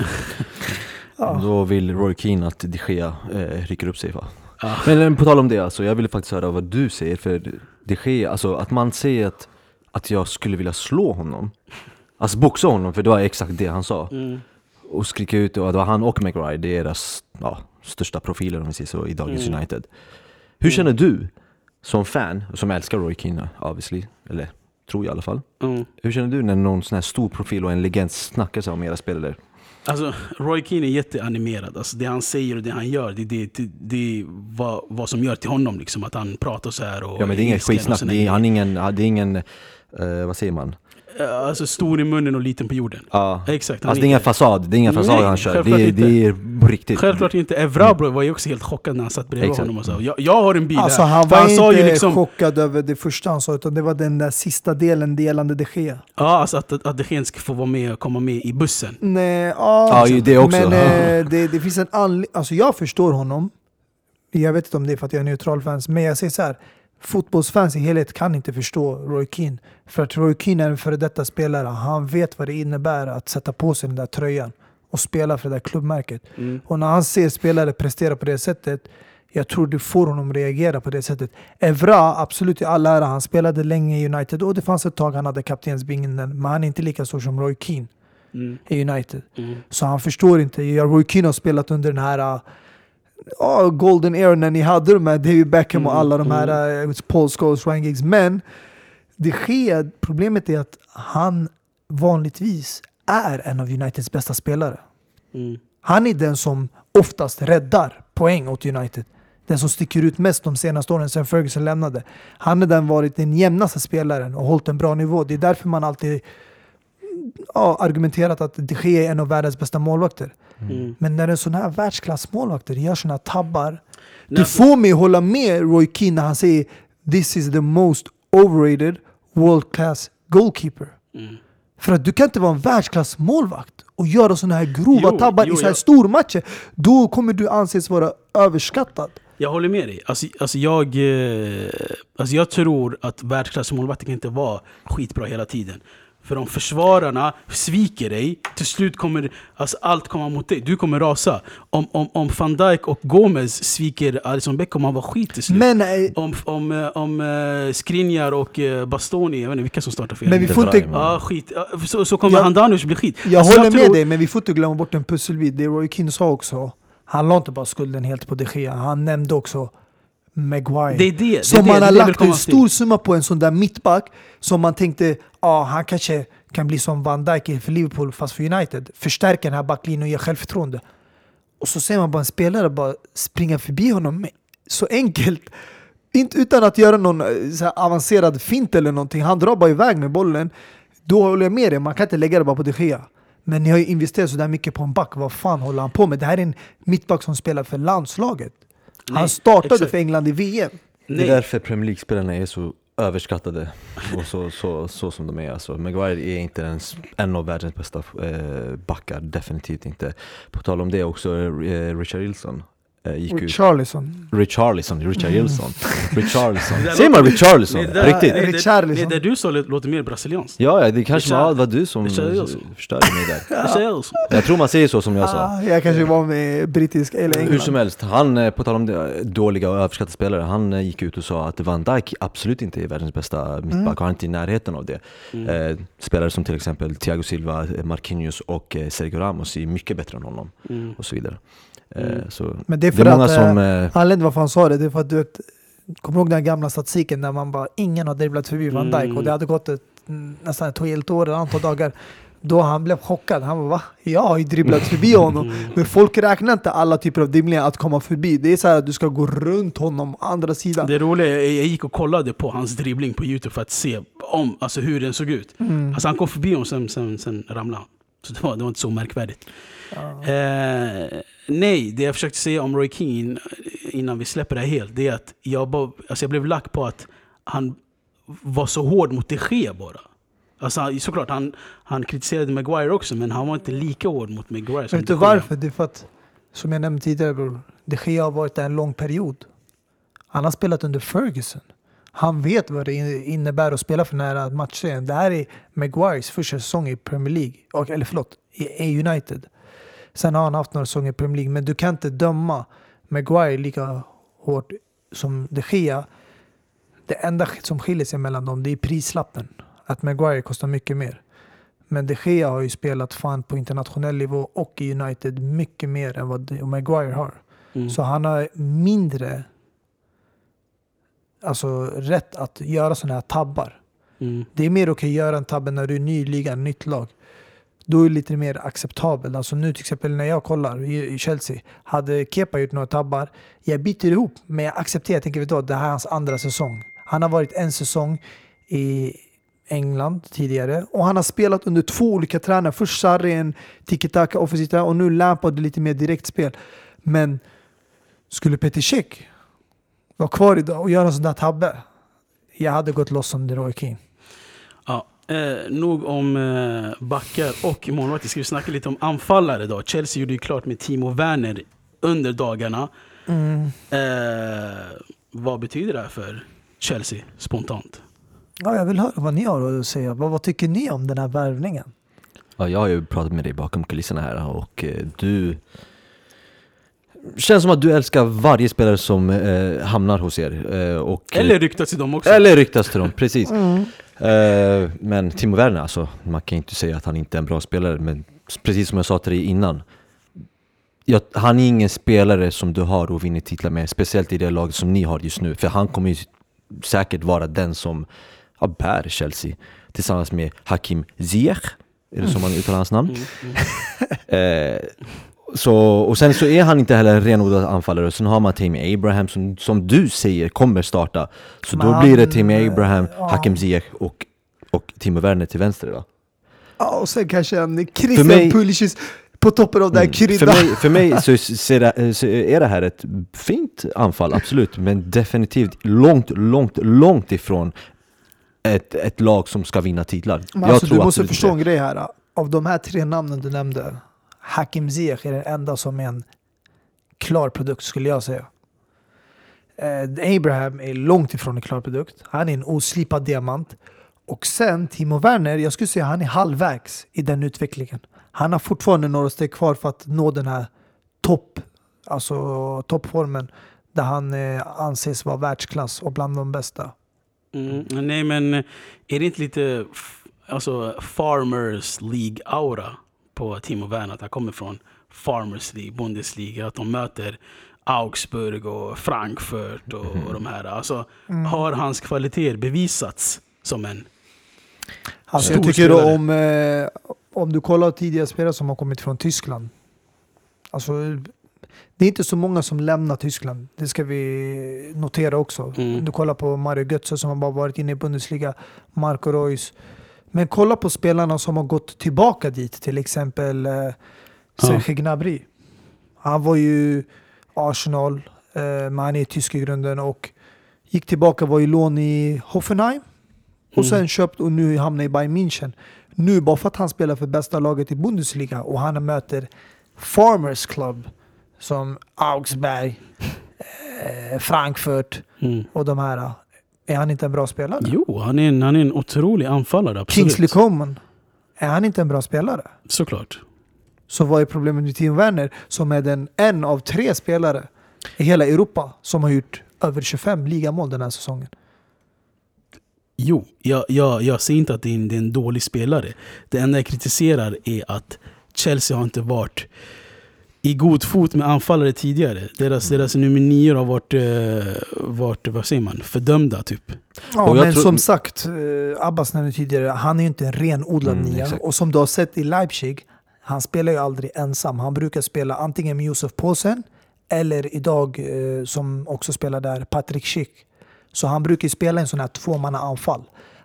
Ja. Då vill Roy Keane att De Gea eh, rycker upp sig, va? Ja. Men på tal om det, alltså, jag ville faktiskt höra vad du säger. För De Gea, alltså att man säger att, att jag skulle vilja slå honom. Alltså boxa honom, för det var exakt det han sa. Mm. Och skrika ut, och det var han och Maguire, det är deras ja, största profiler om vi säger så i dagens Mm. United. Hur känner du som fan, som älskar Roy Keane obviously, eller tror jag i alla fall. Mm. Hur känner du när någon sån här stor profil och en legend snackar sig om era spelare? Alltså, Roy Keane är jätteanimerad. Alltså, det han säger och det han gör, det, det, det, det är vad, vad som gör till honom. Liksom, att han pratar så här. Och Ja, men det är ingen ilsken och skitsnack, såna det är, grejer. han är ingen, det är ingen eh, vad säger man? Alltså stor i munnen och liten på jorden. Ja. Exakt. han Alltså är det är ingen inte- fasad, det är ingen fasad Nej, han kör, det självklart är, inte. det är på riktigt. Självklart inte. Evra bro, var ju också helt chockad när han satt bredvid Exakt. honom och sa jag, jag har en bil Alltså här. han För var sa inte ju liksom, chockad över det första han sa, utan det var den där sista delen delande De Gea. ja, alltså att, att De Gea ska få vara med och komma med i bussen. Nej, ja, Ja, ju det också. men eh, det, det finns en anledning. Alltså jag förstår honom. Jag vet inte om det är för att jag är neutral fans, men jag säger så här. Fotbollsfans i helhet kan inte förstå Roy Keane. För att Roy Keane är en före detta spelare. Han vet vad det innebär att sätta på sig den där tröjan och spela för det där klubbmärket. Mm. Och när han ser spelare prestera på det sättet, jag tror det får honom reagera på det sättet. Evra, absolut i all ära, han spelade länge i United och det fanns ett tag han hade kaptensbingen, men han är inte lika stor som Roy Keane Mm. i United. Mm. Så han förstår inte. Ja, Roy Keane har spelat under den här uh, golden era när ni hade de här David Beckham och Mm, alla de här uh, Paul Scholes, Ryan Giggs. Men det sker, problemet är att han vanligtvis är en av Uniteds bästa spelare. Mm. Han är den som oftast räddar poäng åt United. Den som sticker ut mest de senaste åren sedan Ferguson lämnade. Han är den varit den jämnaste spelaren och hållit en bra nivå. Det är därför man alltid ja, argumenterat att De Gea är en av världens bästa målvakter. Mm. Men när en sån här världsklassmålvakter gör såna tabbar, Nej, du alltså- får mig hålla med Roy Keane när han säger this is the most overrated world class goalkeeper. Mm. För att du kan inte vara en världsklassmålvakt och göra såna här grova Jo, tabbar jo, i så här jag- stormatcher. Då kommer du anses vara överskattad. Jag håller med dig. Alltså, alltså, jag, eh, alltså jag tror att världsklassmålvakter kan inte vara skitbra hela tiden. För om försvararna sviker dig, till slut kommer alltså, allt komma mot dig. Du kommer rasa. Om, om, om Van Dijk och Gomez sviker Alisson Beck kommer han vara skit till slut. Men, eh, om om, eh, om uh, Skriniar och uh, Bastoni, jag vet inte vilka som startar fel. men vi får inte, Ja, skit. Ja, så, så kommer Jag- Handanovic bli skit. jag Alltså, håller med tror- dig, men vi får inte glömma bort en pusselbit. Det Roy Keane sa också, han la inte bara skulden helt på De Gea. Han nämnde också Maguire. Det är det. det är Som det, man det har är det jag vill lagt en komma stor till. summa på en sån där mittback som man tänkte, ja han kanske kan bli som Van Dijk för Liverpool fast för United. Förstärka den här backlinjen och ge självförtroende. Och så ser man bara en spelare bara springa förbi honom med, så enkelt. Inte utan att göra någon eh, så här avancerad fint eller någonting. Han drar bara iväg med bollen. Då håller jag med dig, man kan inte lägga det bara på De Gea. Men ni har ju investerat så där mycket på en back. Vad fan håller han på med? Det här är en mittback som spelar för landslaget. Han Nej, startade exakt. för England i V M. Det är Nej. därför Premier League-spelarna är så överskattade och så, så, så som de är. Alltså, Maguire är inte ens en av världens bästa eh, backar, definitivt inte. På tal om det också, eh, Richarlison eh, gick ut. Charlison. Richarlison, Richarlison. Richarlison. Det där Säger man låter- Richarlison? Det där- Riktigt? det- det- Richarlison. Det där du sa låter mer brasilianskt. Ja, ja, det kanske Richar- var, var du som Richarlison. förstörde mig där. Richarlison. Jag tror man säger så som jag sa. Ah, jag kanske var med brittisk eller England. Hur som helst, han, eh, på tal om det, dåliga och överskattade spelare, han eh, gick ut och sa att Van Dijk absolut inte är världens bästa mittback Mm. och han är inte i närheten av det. Mm. Eh, spelare som till exempel Thiago Silva, eh, Marquinhos och eh, Sergio Ramos är mycket bättre än honom Mm. och så vidare. Eh, Mm. så Men det är det för är många att, som... eh, Eh, anledningen till varför han sa det, det är för att du vet, kommer ihåg den här gamla statistiken där man bara, ingen har dribblat förbi Van Dijk Mm. och det hade gått ett, mm, nästan ett helt år, ett antal dagar. Då han blev chockad. Han bara, va? Jag har ju dribblat förbi honom. Mm. Men folk räknar inte alla typer av dribblingar att komma förbi. Det är så här att du ska gå runt honom andra sidan. Det roliga är jag gick och kollade på hans dribbling på YouTube för att se om, alltså hur den såg ut. Mm. Alltså han kom förbi honom, sen, sen, sen ramlade han. Så det var, det var inte så märkvärdigt. Ja. Eh, nej, det jag försökte säga om Roy Keane innan vi släpper det här helt, det är att jag, bara, alltså jag blev lack på att han var så hård mot De Gea bara. Alltså han- såklart, han, han kritiserade Maguire också, men han var inte lika hård mot Maguire som Vet du De Gea. varför? Det är för att, som jag nämnde tidigare bror, De Gea har varit där en lång period. Han har spelat under Ferguson. Han vet vad det innebär att spela för nära matcher. Det här är Maguires första säsong i Premier League. Och, eller förlåt, i United. Sen har han haft några säsonger i Premier League. Men du kan inte döma Maguire lika hårt som De Gea. Det enda som skiljer sig mellan dem, det är prislappen. Att Maguire kostar mycket mer. Men De Gea har ju spelat fan på internationell nivå och i United mycket mer än vad Maguire har. Mm. Så han har mindre alltså rätt att göra såna här tabbar. Mm. Det är mer okej att göra en tabbe när du är ny i ligan, nytt lag. Då är det lite mer acceptabelt. Alltså nu till exempel när jag kollar i, i Chelsea, hade Kepa gjort några tabbar, jag biter ihop, men jag accepterar, jag tänker vet du, det här är hans andra säsong. Han har varit en säsong i England tidigare och han har spelat under två olika tränare. Först Sarri en tiki-taka offensivt och nu Lampard lite mer direktspel. Men skulle Petr Cech vara kvar idag och göra en sån där tabbe, jag hade gått loss som Roy Keane. Ja, eh, nog om eh, backar och målvakter. Ska vi snacka lite om anfallare då. Chelsea gjorde ju klart med Timo Werner under dagarna. Mm. Eh, vad betyder det här för Chelsea spontant? Ja, jag vill höra vad ni har att säga. Vad, vad tycker ni om den här värvningen? Ja, jag har ju pratat med dig bakom kulisserna här och eh, du känns som att du älskar varje spelare som eh, hamnar hos er. Eh, och, eller ryktas till dem också. Eller ryktas till dem, precis. Mm. Eh, men Timo Werner, alltså, man kan inte säga att han inte är en bra spelare, men precis som jag sa till dig innan, jag, han är ingen spelare som du har och vinner titlar med, speciellt i det laget som ni har just nu. För han kommer ju säkert vara den som ja, bär Chelsea tillsammans med Hakim Ziyech, är det som man uttalar hans namn? Mm, mm. eh, så, och sen så är han inte heller en renodlad anfallare. Sen har man Tammy Abraham som, som du säger kommer starta. Så man, då blir det Tammy Abraham, ja. Hakim Ziyech och, och Timo Werner till vänster då. Ja, och sen kanske en Christian Pulisic på toppen av den kryddan. För mig, för mig så, ser det, så är det här ett fint anfall, absolut. Men definitivt långt, långt, långt ifrån ett, ett lag som ska vinna titlar. Men jag alltså, tror du måste förstå en grej här. Av de här tre namnen du nämnde, Hakim Ziyech är den enda som är en klar produkt, skulle jag säga. Eh, Abraham är långt ifrån en klar produkt. Han är en oslipad diamant. Och sen Timo Werner, jag skulle säga han är halvvägs i den utvecklingen. Han har fortfarande några steg kvar för att nå den här topp, alltså toppformen där han eh, anses vara världsklass och bland de bästa. Mm, nej, men är det inte lite alltså Farmers League-aura på Timo Werner, att han kommer från Farmers League, Bundesliga, att de möter Augsburg och Frankfurt och, mm. och de här. Alltså, mm. har hans kvaliteter bevisats som en alltså, jag tycker då om, eh, om du kollar tidigare spelare som har kommit från Tyskland. Alltså, det är inte så många som lämnar Tyskland. Det ska vi notera också. Mm. Du kollar på Mario Götze som har bara varit inne i Bundesliga, Marco Reus. Men kolla på spelarna som har gått tillbaka dit. Till exempel eh, Serge ja. Gnabry. Han var ju Arsenal, eh, men han är tysk i grunden och gick tillbaka, var i lån i Hoffenheim. Och mm. sen köpt och nu hamnar i Bayern München. Nu bara för att han spelar för bästa laget i Bundesliga och han möter Farmers Club som Augsburg, eh, Frankfurt mm. och de här. Är han inte en bra spelare? Jo, han är en, han är en otrolig anfallare. Absolut. Kingsley Coman, är han inte en bra spelare? Såklart. Så vad är problemet med Timo Werner som är den en av tre spelare i hela Europa som har gjort över tjugofem ligamål den här säsongen? Jo, jag, jag, jag ser inte att det är, en, det är en dålig spelare. Det enda jag kritiserar är att Chelsea har inte varit i god fot med anfallare tidigare. Deras, deras nummer nio har varit, eh, varit, vad säger man, fördömda typ. Ja, men tror... som sagt, eh, Abbas nämnde tidigare, han är ju inte en renodlad mm, nia. Exakt. Och som du har sett i Leipzig, han spelar ju aldrig ensam. Han brukar spela antingen med Josef Poulsen eller idag eh, som också spelar där, Patrick Schick. Så han brukar ju spela en sån här tvåmanna anfall.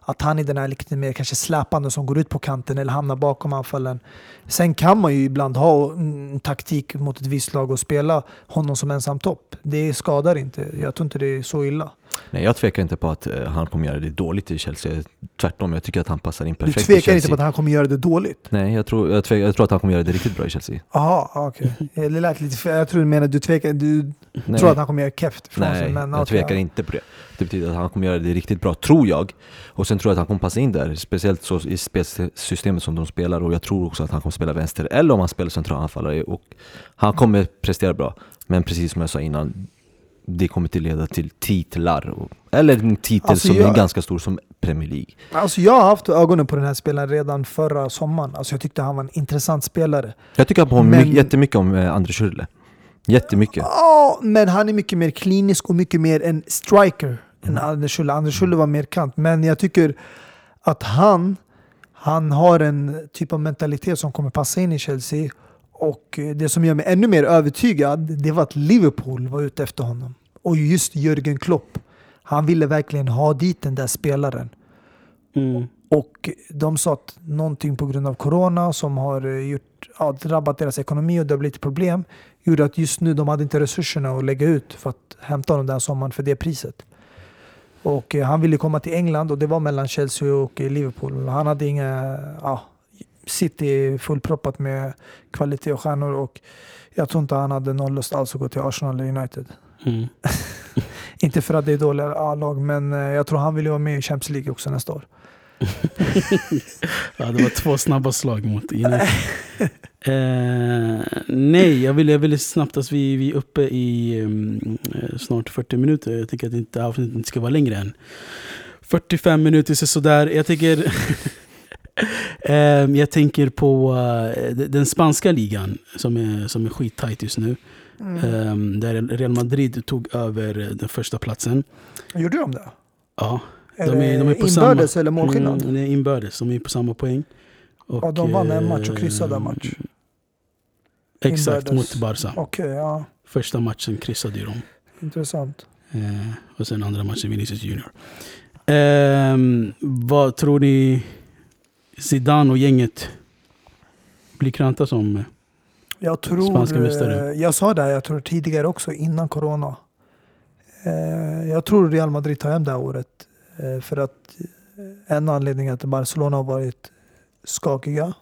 att han är den här lite mer kanske släpande som går ut på kanten eller hamnar bakom anfallen. Sen kan man ju ibland ha en taktik mot ett visst lag och spela honom som ensam topp. Det skadar inte. Jag tror inte det är så illa. Nej, jag tvekar inte på att uh, han kommer göra det dåligt i Chelsea. Tvärtom, jag tycker att han passar in perfekt i Chelsea. Du tvekar i inte på att han kommer göra det dåligt? Nej, jag tror, jag, tvekar, jag tror att han kommer göra det riktigt bra i Chelsea. Jaha, okej. Okay. Det lät lite fel. Jag tror du menar att du tvekar, du Nej. tror att han kommer göra keft ifrån Nej, sig. Men jag okay, tvekar ja. inte på det. Det betyder att han kommer göra det riktigt bra, tror jag. Och sen tror jag att han kommer passa in där, speciellt så i spelsystemet som de spelar. Och jag tror också att han kommer spela vänster, eller om han spelar centralanfallare. Och han kommer prestera bra. Men precis som jag sa innan, det kommer till leda till titlar. Och, eller en titel alltså som jag, är ganska stor som Premier League. Alltså jag har haft ögonen på den här spelaren redan förra sommaren. Alltså jag tyckte han var en intressant spelare. Jag tycker på men, mycket, jättemycket om eh, André Schürrle. Jättemycket. Ja, men han är mycket mer klinisk och mycket mer en striker än André Schürrle. André Schürrle var mer kant. Men jag tycker att han, han har en typ av mentalitet som kommer passa in i Chelsea. Och det som gör mig ännu mer övertygad, det var att Liverpool var ute efter honom. Och just Jürgen Klopp. Han ville verkligen ha dit den där spelaren. Mm. Och de sa att någonting på grund av corona som har gjort, ja, drabbat deras ekonomi och det har blivit problem, gjorde att just nu de hade inte resurserna att lägga ut för att hämta honom den sommaren för det priset. Och eh, han ville komma till England och det var mellan Chelsea och eh, Liverpool. Han hade inga... Ja, City fullproppat med kvalitet och stjärnor och jag tror inte han hade någon lust alls att gå till Arsenal eller United. Mm. Inte för att det är dåliga lag, men jag tror han vill vara med i Champions League också nästa år. Ja, det var två snabba slag mot United. eh, nej, jag vill, jag vill snabbt att vi, vi är uppe i um, snart fyrtio minuter. Jag tycker att det inte, avsnittet inte ska vara längre än fyrtiofem minuter så sådär. Jag tycker... Jag tänker på uh, den spanska ligan som är, som är skittajt just nu. Mm. Um, där Real Madrid tog över den första platsen. Gjorde de det? Ja. Är de är, de är på inbördes samma, eller målskillnad? Mm, det är inbördes, de är på samma poäng. Och, ja, de vann en match och kryssade en match. Exakt, inbördes. Mot Barca. Okay, ja. Första matchen kryssade ju de. Intressant. Uh, och sen andra matchen Vinicius Junior. Um, vad tror ni Zidane och gänget blir krönta som jag tror, spanska mästare? Jag sa det, jag tror tidigare också innan corona. Jag tror Real Madrid tar hem det här året. För att en anledning är att Barcelona har varit skakiga.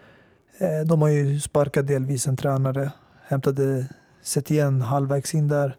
De har ju sparkat delvis en tränare. Hämtade Setien halvvägs in där.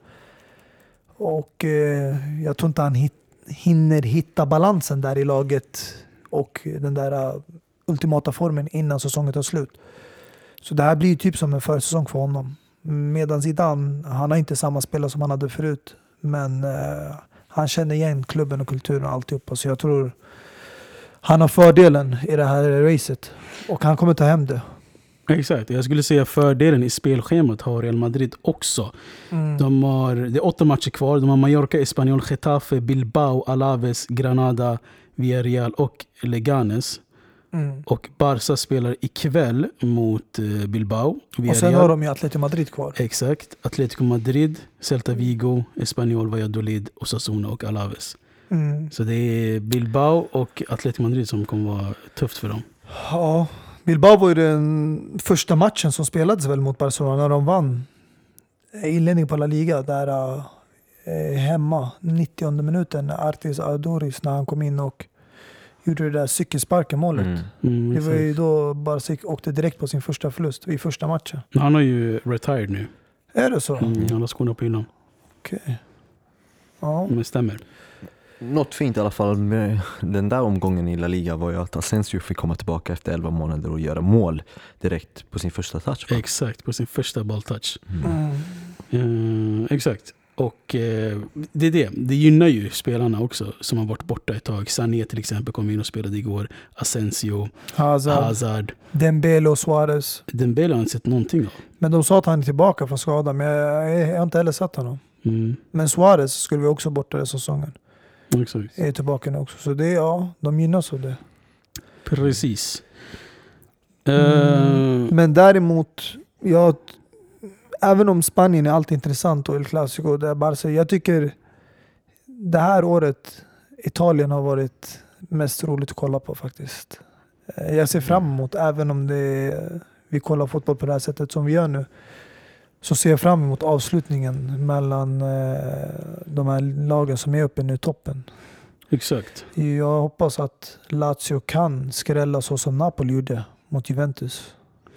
Och jag tror inte han hit, hinner hitta balansen där i laget. Och den där uh, ultimata formen innan säsongen tar slut. Så det här blir ju typ som en försäsong för honom. Medan Zidane, han har inte samma spelare som han hade förut. Men uh, han känner igen klubben och kulturen och alltihopa. Så jag tror han har fördelen i det här racet. Och han kommer ta hem det. Exakt, jag skulle säga fördelen i spelschemat har Real Madrid också. Mm. De har, det är åtta matcher kvar. De har Mallorca, Espanyol, Getafe, Bilbao, Alaves, Granada, Villarreal och Leganes. Mm. Och Barca spelar ikväll mot uh, Bilbao. Villarreal. Och sen har de ju Atletico Madrid kvar. Exakt. Atletico Madrid, Celta Vigo, Espanyol, Valladolid, Osasuna och Alaves. Mm. Så det är Bilbao och Atletico Madrid som kommer vara tufft för dem. Ja, Bilbao var ju den första matchen som spelades väl mot Barcelona när de vann inledning på La Liga där uh, hemma nittionde minuten Artis Adoris när han kom in och gjorde det där cykelsparken målet. Mm. Mm, det var ju då Barca åkte direkt på sin första förlust i första matchen. Han har ju retired nu. Är det så? Mm, han har skorna på innan. Okej. Okay. Ja. Men stämmer. Något fint i alla fall med den där omgången i La Liga var ju att Asensio fick komma tillbaka efter elva månader och göra mål direkt på sin första touch. Va? Exakt, på sin första bolltouch. Mm. Mm. Uh, exakt. Och eh, det är det. Det gynnar ju spelarna också som har varit borta ett tag. Sané till exempel kom in och spelade igår. Asensio, Hazard, Hazard. Dembele och Suarez. Dembele har inte sett någonting av. Men de sa att han är tillbaka från skada. Men jag, jag, jag har inte heller sett honom. Mm. Men Suarez skulle vi också borta den säsongen. Exakt. Är tillbaka nu också. Så det, ja, de gynnas av det. Precis. Mm. Uh... Men däremot, jag... Även om Spanien är alltid intressant och El Clasico där Barca, jag tycker det här året Italien har varit mest roligt att kolla på faktiskt. Jag ser fram emot, även om det är, vi kollar fotboll på det här sättet som vi gör nu, så ser jag fram emot avslutningen mellan eh, de här lagen som är uppe nu i toppen. Exakt. Jag hoppas att Lazio kan skrälla så som Napoli gjorde mot Juventus.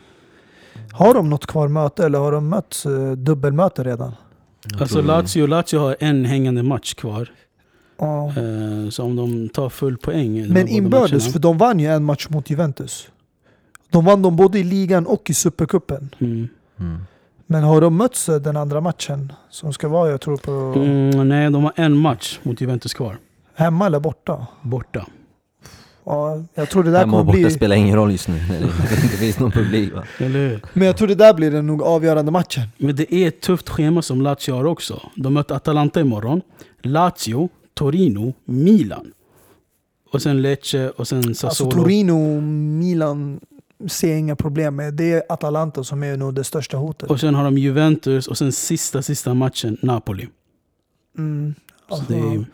Har de något kvar möte eller har de mötts eh, dubbelmöte redan? Alltså Lazio, Lazio har en hängande match kvar. Ja. Eh, så om de tar full poäng. Men inbördes, för de vann ju en match mot Juventus. De vann dem både i ligan och i Supercupen. Mm. Mm. Men har de mötts den andra matchen som ska vara, jag tror på... Mm, nej, de har en match mot Juventus kvar. Hemma eller borta? Borta. Ja, jag tror det där Hemma och kommer borta bli... spelar ingen roll just nu när det inte finns någon publik, va? Eller hur? Men jag tror det där blir den nog avgörande matchen. Men det är ett tufft schema som Lazio har också. De möter Atalanta imorgon. Lazio, Torino, Milan. Och sen Lecce och sen Sassuolo. Alltså Torino, Milan ser inga problem med. Det är Atalanta som är nog det största hotet. Och sen har de Juventus och sen sista, sista matchen Napoli. Mm. Så det är...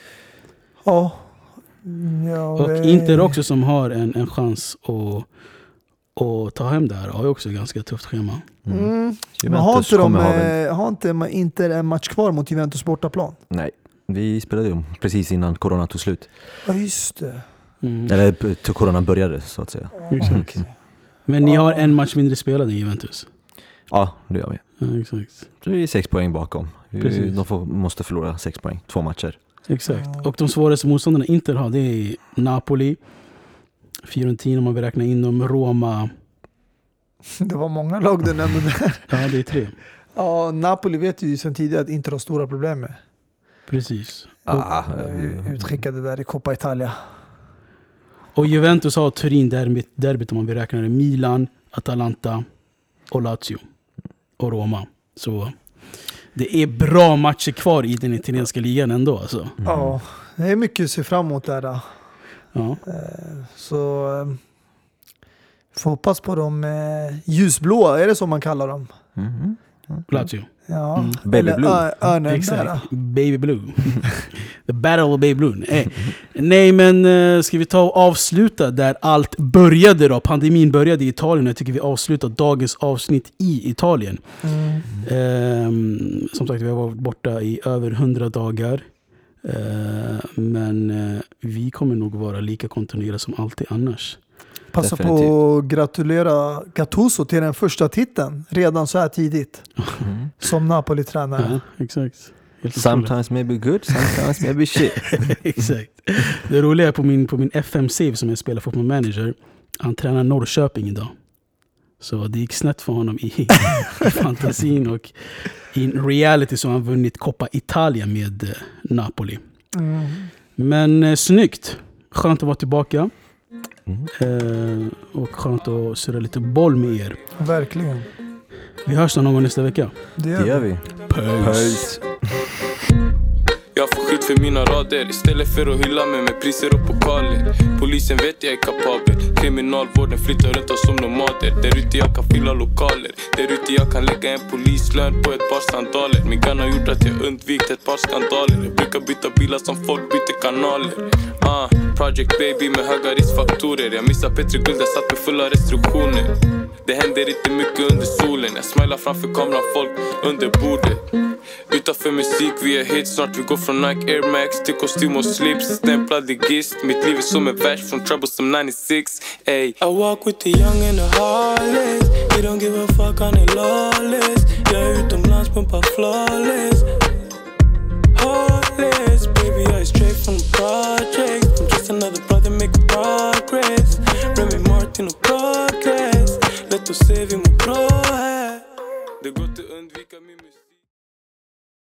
Ja. Ja, Och det... Inter också som har en, en chans att, att ta hem det här har ju också ett ganska tufft schema. Mm. Mm. Men har inte, de, kommer ha väl- har inte Inter en match kvar mot Juventus bortaplan? Nej, vi spelade ju precis innan corona tog slut. Ja, just det. Mm. Eller till corona började, så att säga. Exakt. Men ni har en match mindre spelad än Juventus. Ja, det gör vi. Ja, exakt. Så det är sex poäng bakom. Vi, Precis. de får, måste förlora sex poäng, två matcher. Exakt. Och de svåraste motståndarna Inter har, det är Napoli, Fiorentina om man vill räkna in dem, Roma. Det var många lag du nämnde där. Ja, det är tre. Ja, Napoli vet ju sedan tidigare att Inter har stora problem med. Precis. Ah, Eh, Utskickade där i Coppa Italia. Och Juventus har Turin derbyt, derbyt om man vill räkna det. Milan, Atalanta och Lazio och Roma. Så det är bra matcher kvar i den italienska ligan ändå. Alltså. Mm. Ja, det är mycket att se fram emot där. Då. Ja. Eh, Så eh, får hoppas på de eh, ljusblåa, är det som man kallar dem? Mhm. Lazio. Ja. Mm. Baby Eller blue. ö- örnen där. Exakt. Baby Blue. The battle of Baby Blue. Nej, Nej men uh, ska vi ta och avsluta där allt började då? Pandemin började i Italien. Jag tycker vi avslutar dagens avsnitt i Italien. Mm. Um, som sagt, vi har varit borta i över hundra dagar. Uh, men uh, vi kommer nog vara lika kontinuerliga som alltid annars. Passa Definitivt. på att gratulera Gattuso till den första titeln redan så här tidigt Mm. som Napoli-tränare. Ja, exakt. Helt otroligt. Sometimes maybe good, sometimes maybe shit. Exakt. Det roliga är på min, på min F M-save som jag spelar Football Manager. Han tränar Norrköping idag. Så det gick snett för honom i, i fantasin och i reality så har han vunnit Coppa Italia med eh, Napoli. Mm. Men eh, snyggt. Skönt att vara tillbaka. Mm. Eh, och skönt att surra lite boll med er. Verkligen. Vi hörs någon gång nästa vecka. Det Det gör vi. Puss. Jag får skit för mina rader istället för att hylla mig med priser och pokaler. Polisen vet jag är kapabel. Kriminalvården flyttar runt oss som nomader. Där ute jag kan fylla lokaler. Där ute jag kan lägga en polislön på ett par sandaler. Min gun har gjort att jag undvikit ett par skandaler. Jag brukar byta bilar som folk byter kanaler. Ah, Project Baby med höga riskfaktorer. Jag missar Petri Guld, jag satt med fulla restriktioner. Det händer inte mycket under solen. Jag smilar framför kameran, folk under bordet. Utanför musik, vi är hit. Snart vi går från Nike Air Max till kostym och slips. Stämplad ligist, mitt liv är som en vers från Troublesome nittiosex. Ay. I walk with the young and the heartless. He don't give a fuck, han är lawless.